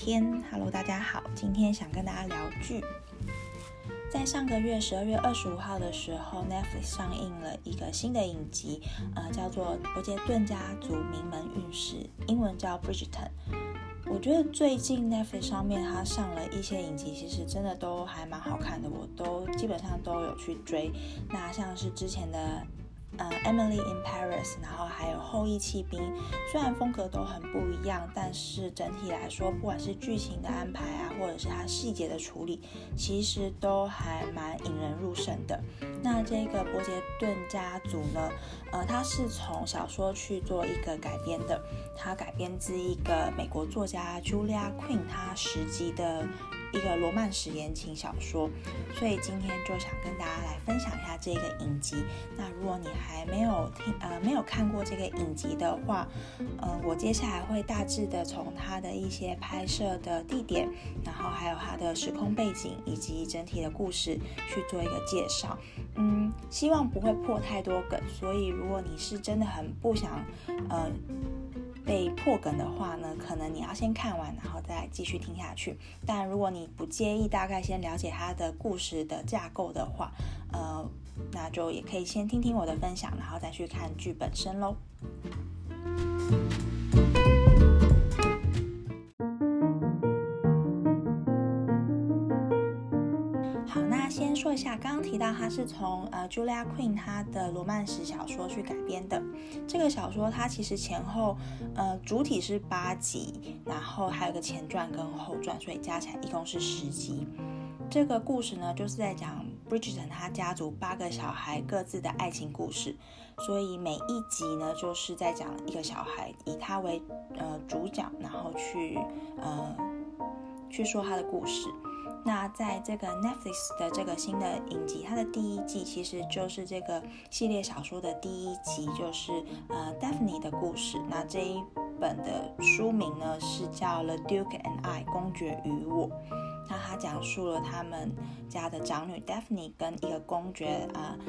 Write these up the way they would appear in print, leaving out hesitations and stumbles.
天 Hello 大家好，今天想跟大家聊剧。在上个月12月25号的时候 Netflix 上映了一个新的影集，叫做《伯杰顿家族名门运势》，英文叫 Bridgerton。我觉得最近 Netflix 上面它上了一些影集，其实真的都还蛮好看的，我都基本上都有去追。那像是之前的Emily in Paris， 然后还有后翼弃兵，虽然风格都很不一样，但是整体来说，不管是剧情的安排啊，或者是它细节的处理，其实都还蛮引人入胜的。那这个伯杰顿家族呢，它是从小说去做一个改编的，它改编自一个美国作家 Julia Quinn 她10集的一个罗曼史言情小说，所以今天就想跟大家来分享一下这个影集。那如果你还没有看过这个影集的话，我接下来会大致的从它的一些拍摄的地点，然后还有它的时空背景以及整体的故事去做一个介绍。希望不会破太多梗，所以如果你是真的很不想被破梗的话呢，可能你要先看完，然后再继续听下去。但如果你不介意大概先了解它的故事的架构的话，那就也可以先听听我的分享，然后再去看剧本身咯。好，那先说一下，刚刚提到它是从Julia Quinn 她的罗曼史小说去改编的。这个小说它其实前后主体是8集，然后还有个前传跟后传，所以加起来一共是10集。这个故事呢，就是在讲 Bridgerton 他家族8个小孩各自的爱情故事，所以每一集呢就是在讲一个小孩，以他为主角，然后去说他的故事。那在这个 Netflix 的这个新的影集，它的第1季其实就是这个系列小说的第1集，就是Daphne 的故事。那这一本的书名呢是叫 The Duke and I 公爵与我。那他讲述了他们家的长女 Daphne 跟一个公爵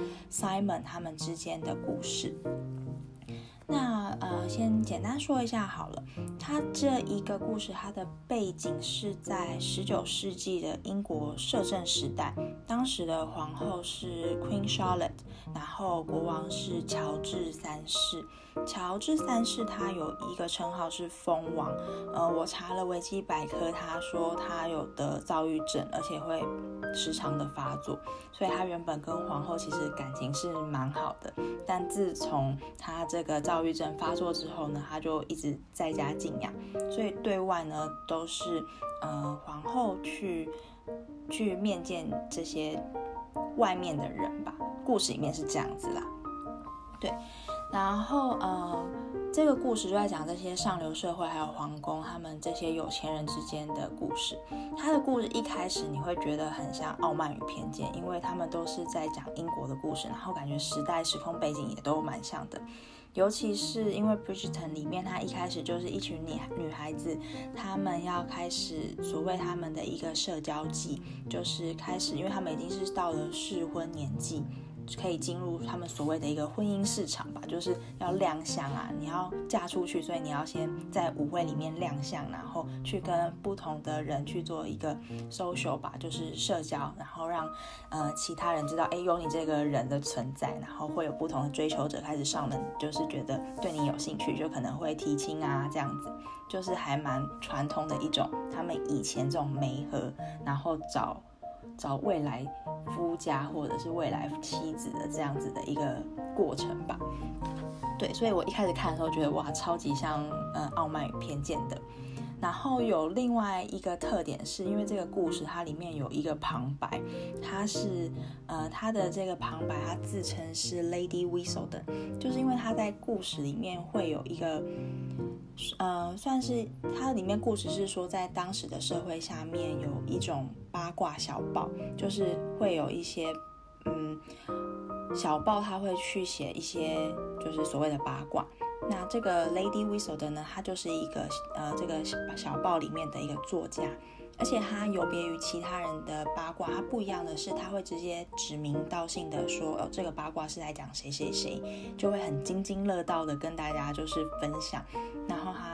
Simon 他们之间的故事。那先简单说一下好了，它这一个故事，它的背景是在19世纪的英国摄政时代，当时的皇后是 Queen Charlotte， 然后国王是乔治3世。乔治3世他有一个称号是疯王，我查了维基百科，他说他有得躁郁症，而且会时常的发作，所以他原本跟皇后其实感情是蛮好的，但自从他这个躁郁症发作之后呢，他就一直在家静养，所以对外呢都是皇后去面见这些外面的人吧，故事里面是这样子啦。对，然后这个故事就在讲这些上流社会还有皇宫他们这些有钱人之间的故事。他的故事一开始你会觉得很像《傲慢与偏见》，因为他们都是在讲英国的故事，然后感觉时空背景也都蛮像的。尤其是因为 Bridgerton 里面，它一开始就是一群女孩子，她们要开始所谓她们的一个社交季，就是开始，因为她们已经是到了适婚年纪，可以进入他们所谓的一个婚姻市场吧，就是要亮相啊，你要嫁出去，所以你要先在舞会里面亮相，然后去跟不同的人去做一个 social 吧，就是社交，然后让其他人知道有你这个人的存在，然后会有不同的追求者开始上门，就是觉得对你有兴趣，就可能会提亲啊，这样子，就是还蛮传统的一种他们以前这种媒合，然后找未来夫家或者是未来妻子的这样子的一个过程吧。对，所以我一开始看的时候觉得哇，超级像傲慢与偏见的。然后有另外一个特点是，因为这个故事它里面有一个旁白，它是它的这个旁白它自称是 Lady Whistledown， 就是因为它在故事里面会有一个算是它里面故事是说，在当时的社会下面有一种八卦小报，就是会有一些小报它会去写一些就是所谓的八卦。那这个 Lady Whistledown 呢，她就是一个这个小报里面的一个作家，而且她有别于其他人的八卦，她不一样的是，她会直接指名道姓的说，这个八卦是在讲谁谁谁，就会很津津乐道的跟大家就是分享。然后她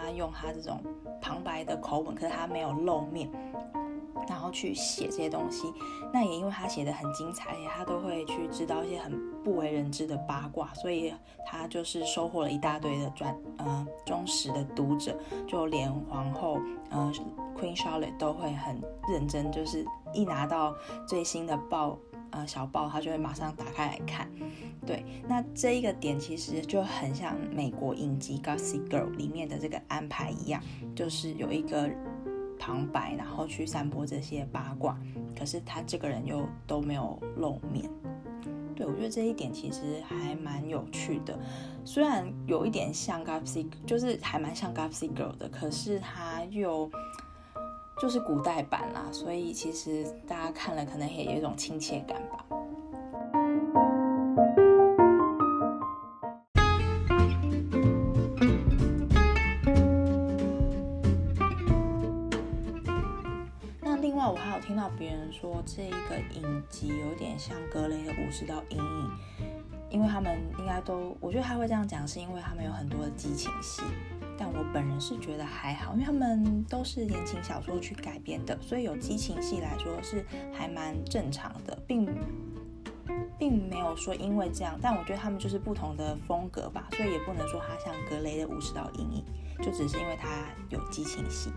他用他这种旁白的口吻，可是他没有露面，然后去写这些东西。那也因为他写得很精彩，他都会去知道一些很不为人知的八卦，所以他就是收获了一大堆的忠实的读者，就连皇后Queen Charlotte 都会很认真，就是一拿到最新的小报，他就会马上打开来看。对，那这一个点其实就很像美国影集 Gossip Girl 里面的这个安排一样，就是有一个旁白，然后去散播这些八卦，可是他这个人又都没有露面。对，我觉得这一点其实还蛮有趣的，虽然有一点像 Gossip， 就是还蛮像 Gossip Girl 的，可是他又就是古代版啦，所以其实大家看了可能也有一种亲切感吧。那另外我还有听到别人说这个影集有点像格雷的50道阴影，因为他们应该都，我觉得他会这样讲是因为他们有很多的激情戏，但我本人是觉得还好，因为他们都是言情小说去改编的，所以有激情戏来说是还蛮正常的，并没有说因为这样，但我觉得他们就是不同的风格吧，所以也不能说它像格雷的50道阴影，就只是因为它有激情戏。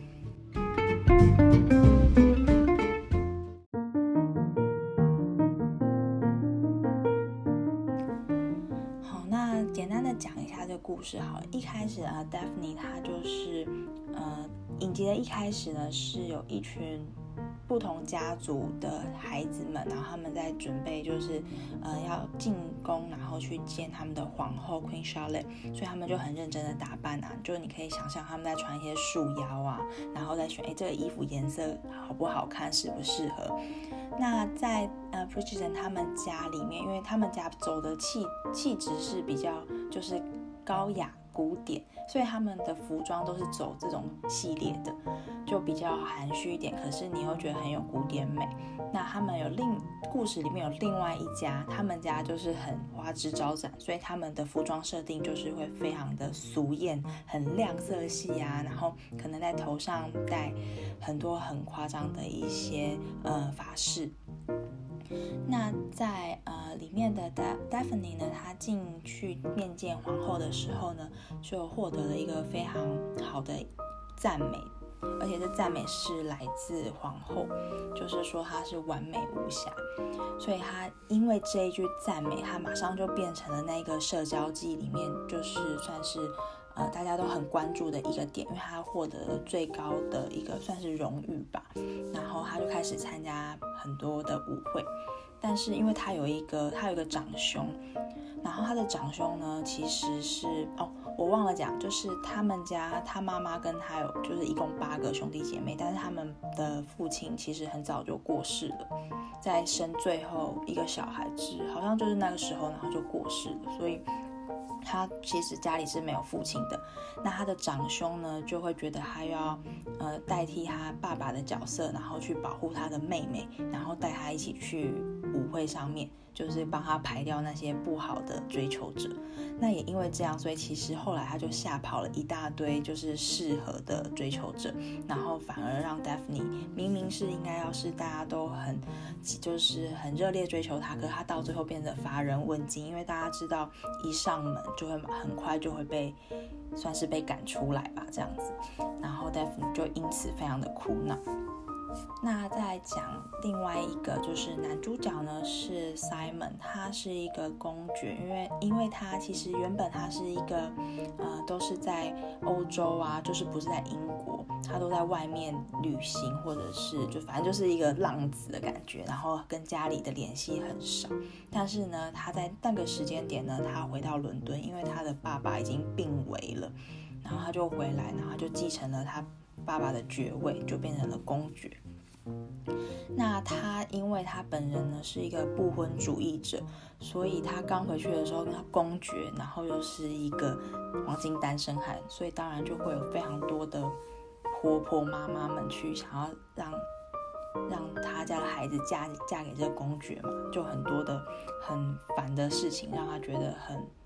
好，那简单的讲一下这个故事好了。一开始Daphne 她就是影集的一开始呢，是有一群不同家族的孩子们，然后他们在准备就是要进宫，然后去见他们的皇后 Queen Charlotte， 所以他们就很认真的打扮啊，就你可以想象他们在穿一些束腰啊，然后再选这个衣服颜色好不好看，适不适合。那在Bridgerton 他们家里面，因为他们家走的气质是比较就是高雅古典，所以他们的服装都是走这种系列的，就比较含蓄一点，可是你又觉得很有古典美。那他们故事里面有另外一家，他们家就是很花枝招展，所以他们的服装设定就是会非常的俗艳，很亮色系啊，然后可能在头上戴很多很夸张的一些发饰。那在里面的 Daphne 呢，她进去面见皇后的时候呢，就获得了一个非常好的赞美，而且这赞美是来自皇后，就是说她是完美无瑕，所以她因为这一句赞美，她马上就变成了那个社交季里面就是算是大家都很关注的一个点，因为她获得了最高的一个算是荣誉吧，然后她就开始参加很多的舞会。但是因为他有一个长兄，然后他的长兄呢其实是我忘了讲，就是他们家他妈妈跟他有就是一共8个兄弟姐妹，但是他们的父亲其实很早就过世了，在生最后一个小孩好像就是那个时候，然后就过世了，所以他其实家里是没有父亲的。那他的长兄呢就会觉得他要代替他爸爸的角色，然后去保护他的妹妹，然后带他一起去舞会上面，就是帮他排掉那些不好的追求者。那也因为这样，所以其实后来他就吓跑了一大堆就是适合的追求者，然后反而让 Daphne 明明是应该要是大家都就是很热烈追求他，可他到最后变得乏人问津，因为大家知道一上门就会很快就会算是被赶出来吧这样子，然后 Daphne 就因此非常的苦恼。那再讲另外一个，就是男主角呢是 Simon， 他是一个公爵，因为他其实原本他是一个都是在欧洲啊，就是不是在英国，他都在外面旅行，或者是就反正就是一个浪子的感觉，然后跟家里的联系很少。但是呢，他在那个时间点呢，他回到伦敦，因为他的爸爸已经病危了，然后他就回来，然后他就继承了他爸爸的爵位，就变成了公爵。那他因为他本人呢是一个不婚主义者，所以他刚回去的时候，他公爵，然后又是一个黄金单身汉，所以当然就会有非常多的婆婆妈妈们去想要让他家的孩子嫁给这个公爵嘛，就很多的很烦的事情，让他觉得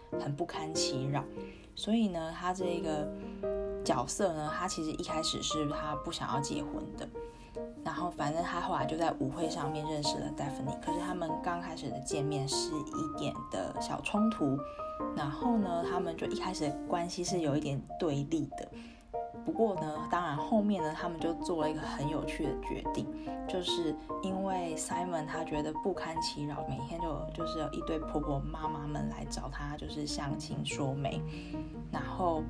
很不堪其扰。所以呢，他这个角色呢，他其实一开始是他不想要结婚的，然后反正他后来就在舞会上面认识了 Daphne， 可是他们刚开始的见面是一点的小冲突，然后呢，他们就一开始的关系是有一点对立的。不过呢，当然后面呢，他们就做了一个很有趣的决定，就是因为 Simon 他觉得不堪其扰，每天就是有一堆婆婆妈妈们来找他，就是相亲说媒，然后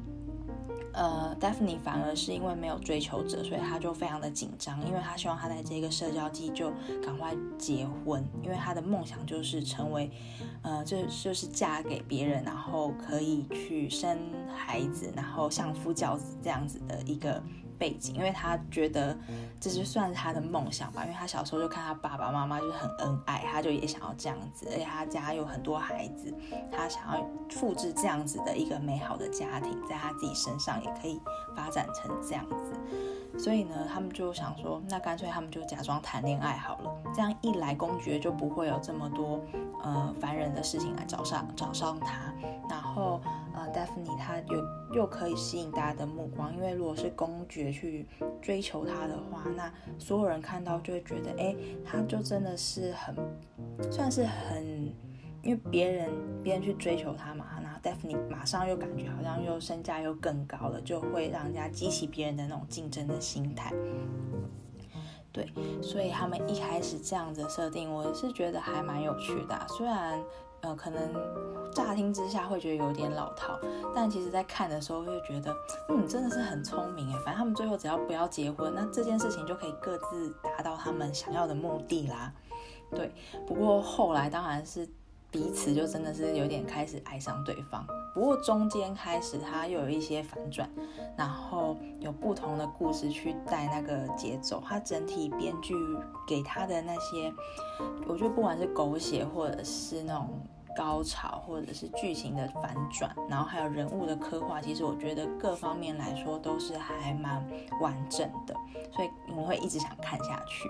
Daphne 反而是因为没有追求者，所以他就非常的紧张，因为他希望他在这个社交季就赶快结婚，因为他的梦想就是成为就是嫁给别人，然后可以去生孩子，然后相夫教子这样子的一个背景，因为他觉得这就算是他的梦想吧，因为他小时候就看他爸爸妈妈就是很恩爱，他就也想要这样子，而且他家有很多孩子，他想要复制这样子的一个美好的家庭，在他自己身上也可以发展成这样子。所以呢，他们就想说，那干脆他们就假装谈恋爱好了，这样一来公爵就不会有这么多烦人的事情来找上他，然后Daphne 他又可以吸引大家的目光，因为如果是公爵去追求他的话，那所有人看到就会觉得，他就真的是算是很，因为别人去追求他嘛，然后 Daphne 马上又感觉好像又身价又更高了，就会让人家激起别人的那种竞争的心态。对，所以他们一开始这样子的设定，我是觉得还蛮有趣的虽然可能乍听之下会觉得有点老套，但其实在看的时候会觉得真的是很聪明反正他们最后只要不要结婚，那这件事情就可以各自达到他们想要的目的啦。对，不过后来当然是彼此就真的是有点开始爱上对方，不过中间开始他又有一些反转，然后有不同的故事去带那个节奏，他整体编剧给他的那些，我觉得不管是狗血或者是那种高潮或者是剧情的反转，然后还有人物的刻画，其实我觉得各方面来说都是还蛮完整的，所以你会一直想看下去。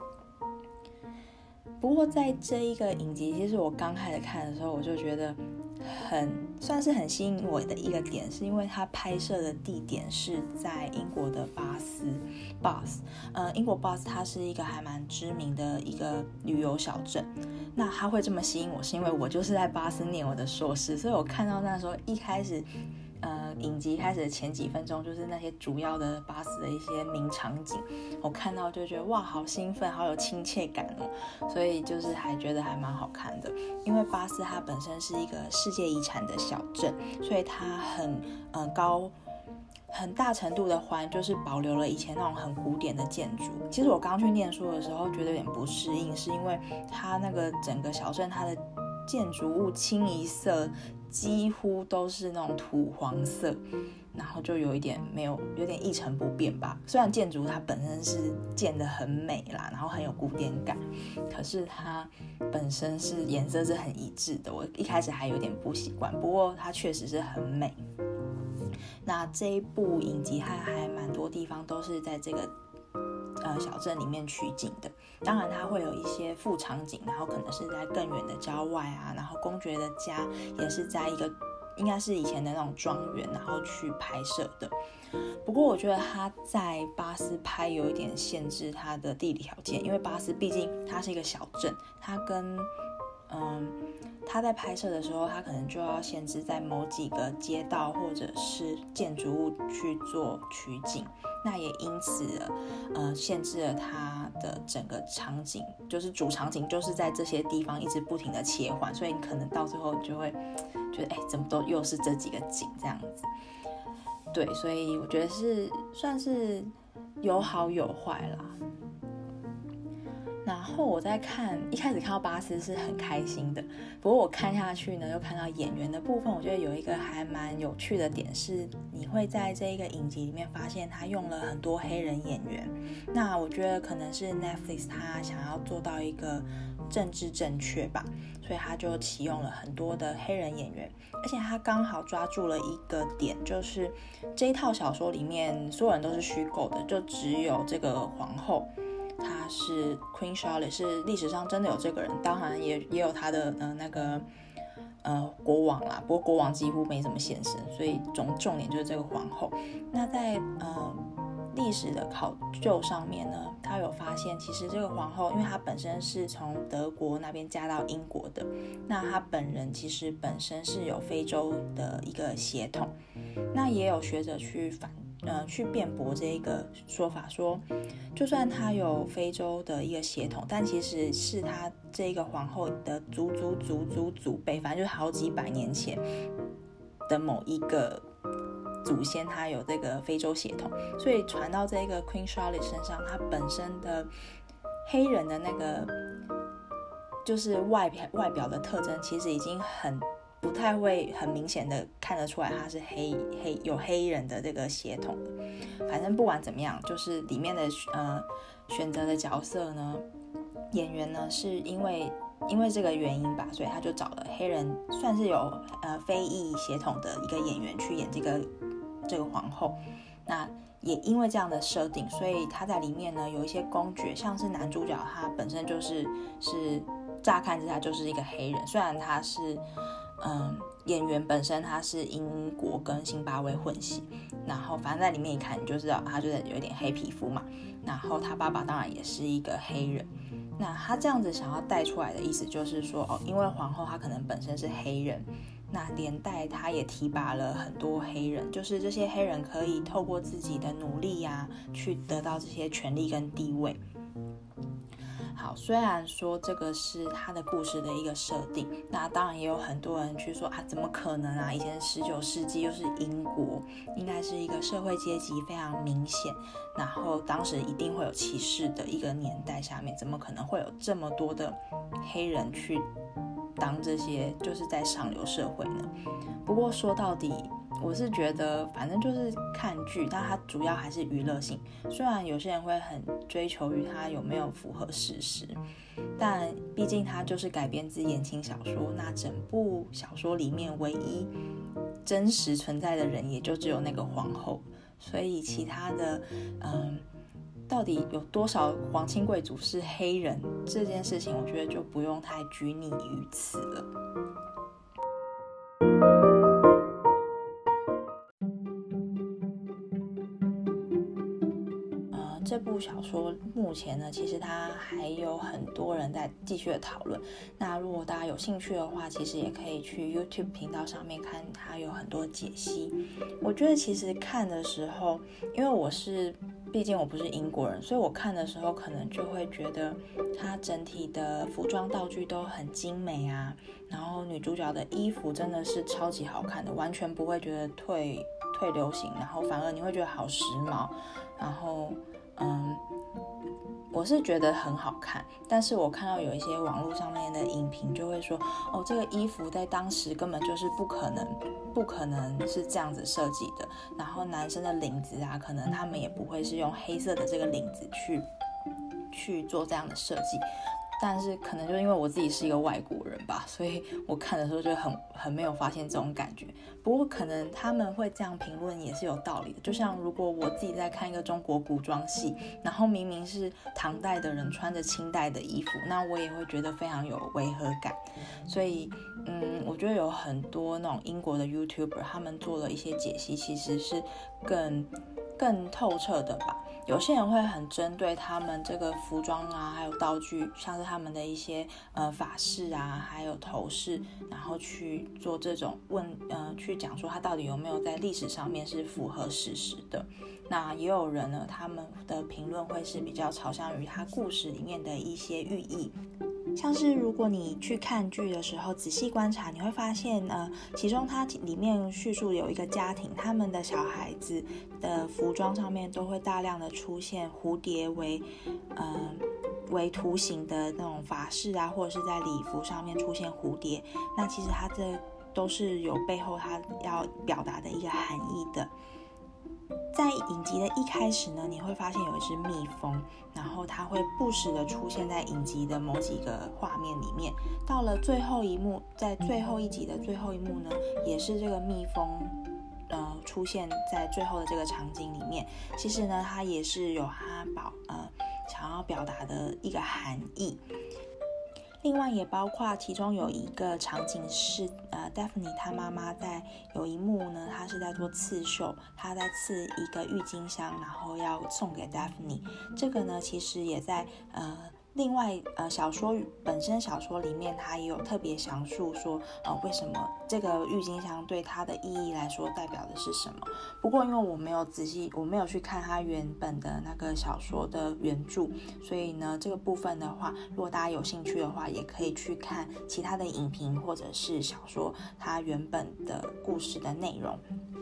不过在这一个影集，其实我刚开始看的时候，我就觉得算是很吸引我的一个点，是因为它拍摄的地点是在英国的巴斯 Bath， 英国 Bath 它是一个还蛮知名的一个旅游小镇。那它会这么吸引我，是因为我就是在巴斯念我的硕士，所以我看到那时候一开始影集开始的前几分钟，就是那些主要的巴斯的一些名场景，我看到就觉得哇，好兴奋，好有亲切感所以就是还觉得还蛮好看的。因为巴斯它本身是一个世界遗产的小镇，所以它很大程度的就是保留了以前那种很古典的建筑。其实我刚去念书的时候觉得有点不适应，是因为它那个整个小镇它的建筑物清一色几乎都是那种土黄色，然后就有点一成不变吧。虽然建筑它本身是建得很美啦，然后很有古典感，可是它本身是颜色是很一致的，我一开始还有点不习惯，不过它确实是很美。那这一部影集它还蛮多地方都是在这个小镇里面取景的，当然它会有一些副场景，然后可能是在更远的郊外啊，然后公爵的家也是在一个应该是以前的那种庄园，然后去拍摄的。不过我觉得它在巴斯拍有一点限制它的地理条件，因为巴斯毕竟它是一个小镇，它跟他在拍摄的时候，他可能就要限制在某几个街道或者是建筑物去做取景，那也因此限制了他的整个场景，就是主场景就是在这些地方一直不停的切换，所以你可能到最后你就会觉得怎么都又是这几个景这样子。对，所以我觉得算是有好有坏啦。然后我在一开始看到巴斯是很开心的，不过我看下去呢，又看到演员的部分，我觉得有一个还蛮有趣的点是，你会在这一个影集里面发现他用了很多黑人演员。那我觉得可能是 Netflix 他想要做到一个政治正确吧，所以他就启用了很多的黑人演员，而且他刚好抓住了一个点，就是这一套小说里面所有人都是虚构的，就只有这个皇后她是 Queen Charlotte， 是历史上真的有这个人，当然也有她的那个国王啦，不过国王几乎没怎么现身，所以重点就是这个皇后。那在历史的考究上面呢，他有发现其实这个皇后因为她本身是从德国那边嫁到英国的，那她本人其实本身是有非洲的一个血统。那也有学者去辩驳这个说法，说就算她有非洲的一个血统，但其实是她这个皇后的祖辈，反正就是好几百年前的某一个祖先他有这个非洲血统，所以传到这个 Queen Charlotte 身上，他本身的黑人的那个就是外表的特征，其实已经不太会很明显的看得出来他是有黑人的这个血统的。反正不管怎么样，就是里面的选择的角色呢，演员呢是因为这个原因吧，所以他就找了黑人算是有非裔血统的一个演员去演这个皇后。那也因为这样的设定，所以他在里面呢有一些公爵，像是男主角他本身是乍看之下就是一个黑人，虽然他是演员本身他是英国跟辛巴威混血，然后反正在里面一看你就知道他就是有点黑皮肤嘛，然后他爸爸当然也是一个黑人。那他这样子想要带出来的意思就是说，因为皇后她可能本身是黑人，那连带他也提拔了很多黑人，就是这些黑人可以透过自己的努力啊，去得到这些权利跟地位。好，虽然说这个是他的故事的一个设定，那当然也有很多人去说怎么可能啊？以前19世纪又是英国，应该是一个社会阶级非常明显，然后当时一定会有歧视的一个年代下面，怎么可能会有这么多的黑人去当这些就是在上流社会呢？不过说到底，我是觉得反正就是看剧，但它主要还是娱乐性。虽然有些人会很追求于它有没有符合事实，但毕竟它就是改编自言情小说，那整部小说里面唯一真实存在的人也就只有那个皇后，所以其他的到底有多少皇亲贵族是黑人这件事情，我觉得就不用太拘泥于此了。这部小说目前呢，其实它还有很多人在继续的讨论。那如果大家有兴趣的话，其实也可以去 YouTube 频道上面看，它有很多解析。我觉得其实看的时候，因为毕竟我不是英国人，所以我看的时候可能就会觉得它整体的服装道具都很精美啊，然后女主角的衣服真的是超级好看的，完全不会觉得退流行，然后反而你会觉得好时髦，然后我是觉得很好看，但是我看到有一些网络上面的影评就会说，这个衣服在当时根本就是不可能是这样子设计的，然后男生的领子啊，可能他们也不会是用黑色的这个领子去做这样的设计。但是可能就因为我自己是一个外国人吧，所以我看的时候就很没有发现这种感觉。不过可能他们会这样评论也是有道理的，就像如果我自己在看一个中国古装戏，然后明明是唐代的人穿着清代的衣服，那我也会觉得非常有违和感。所以我觉得有很多那种英国的 YouTuber 他们做了一些解析，其实是更透彻的吧。有些人会很针对他们这个服装啊，还有道具，像是他们的一些法式啊，还有头饰，然后去做这种去讲说他到底有没有在历史上面是符合事实的。那也有人呢，他们的评论会是比较朝向于他故事里面的一些寓意。像是如果你去看剧的时候仔细观察，你会发现其中它里面叙述有一个家庭，他们的小孩子的服装上面都会大量的出现蝴蝶为图形的那种法式啊，或者是在礼服上面出现蝴蝶，那其实它这都是有背后它要表达的一个含义的。在影集的一开始呢，你会发现有一只蜜蜂，然后它会不时的出现在影集的某几个画面里面。到了最后一幕，在最后一集的最后一幕呢，也是这个蜜蜂出现在最后的这个场景里面。其实呢，它也是有它想要表达的一个含义。 另外也包括其中有一个场景是Daphne 她妈妈在有一幕呢，她是在做刺绣，她在刺一个郁金香，然后要送给 Daphne。这个呢其实也在另外小说里面，它也有特别详述说为什么这个郁金香对它的意义来说代表的是什么。不过因为我没有去看它原本的那个小说的原著，所以呢这个部分的话，如果大家有兴趣的话，也可以去看其他的影评或者是小说它原本的故事的内容。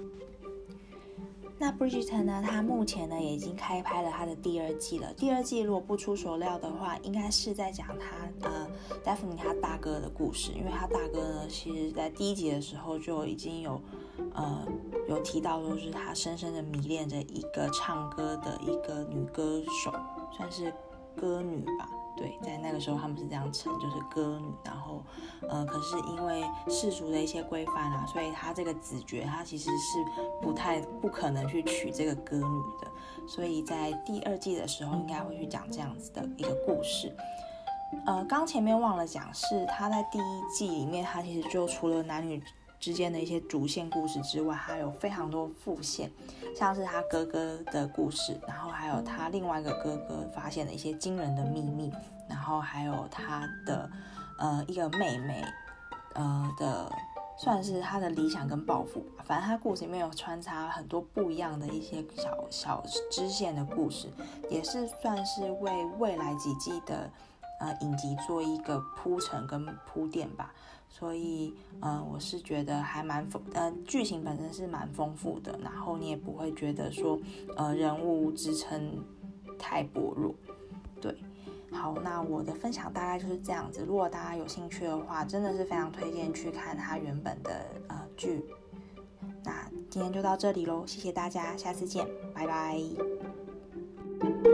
那 Bridgerton 呢，它目前呢也已经开拍了它的第2季了。第2季如果不出所料的话，应该是在讲他Daphne 他大哥的故事，因为他大哥呢，其实在第1集的时候就已经有提到，说是他深深的迷恋着一个唱歌的一个女歌手，算是歌女吧。对，在那个时候他们是这样称，就是歌女。然后可是因为世俗的一些规范啊，所以他这个子爵他其实是不可能去娶这个歌女的，所以在第2季的时候应该会去讲这样子的一个故事。刚前面忘了讲，是他在第1季里面，他其实就除了男女之间的一些主线故事之外，还有非常多副线，像是他哥哥的故事，然后还有他另外一个哥哥发现的一些惊人的秘密，然后还有他的一个妹妹的算是他的理想跟抱负吧。反正他故事里面有穿插很多不一样的一些小支线的故事，也是算是为未来几季的影集做一个铺陈跟铺垫吧。所以我是觉得还剧情本身是蛮丰富的，然后你也不会觉得说人物支撑太薄弱。对，好，那我的分享大概就是这样子。如果大家有兴趣的话，真的是非常推荐去看它原本的剧。那今天就到这里咯，谢谢大家，下次见，拜拜。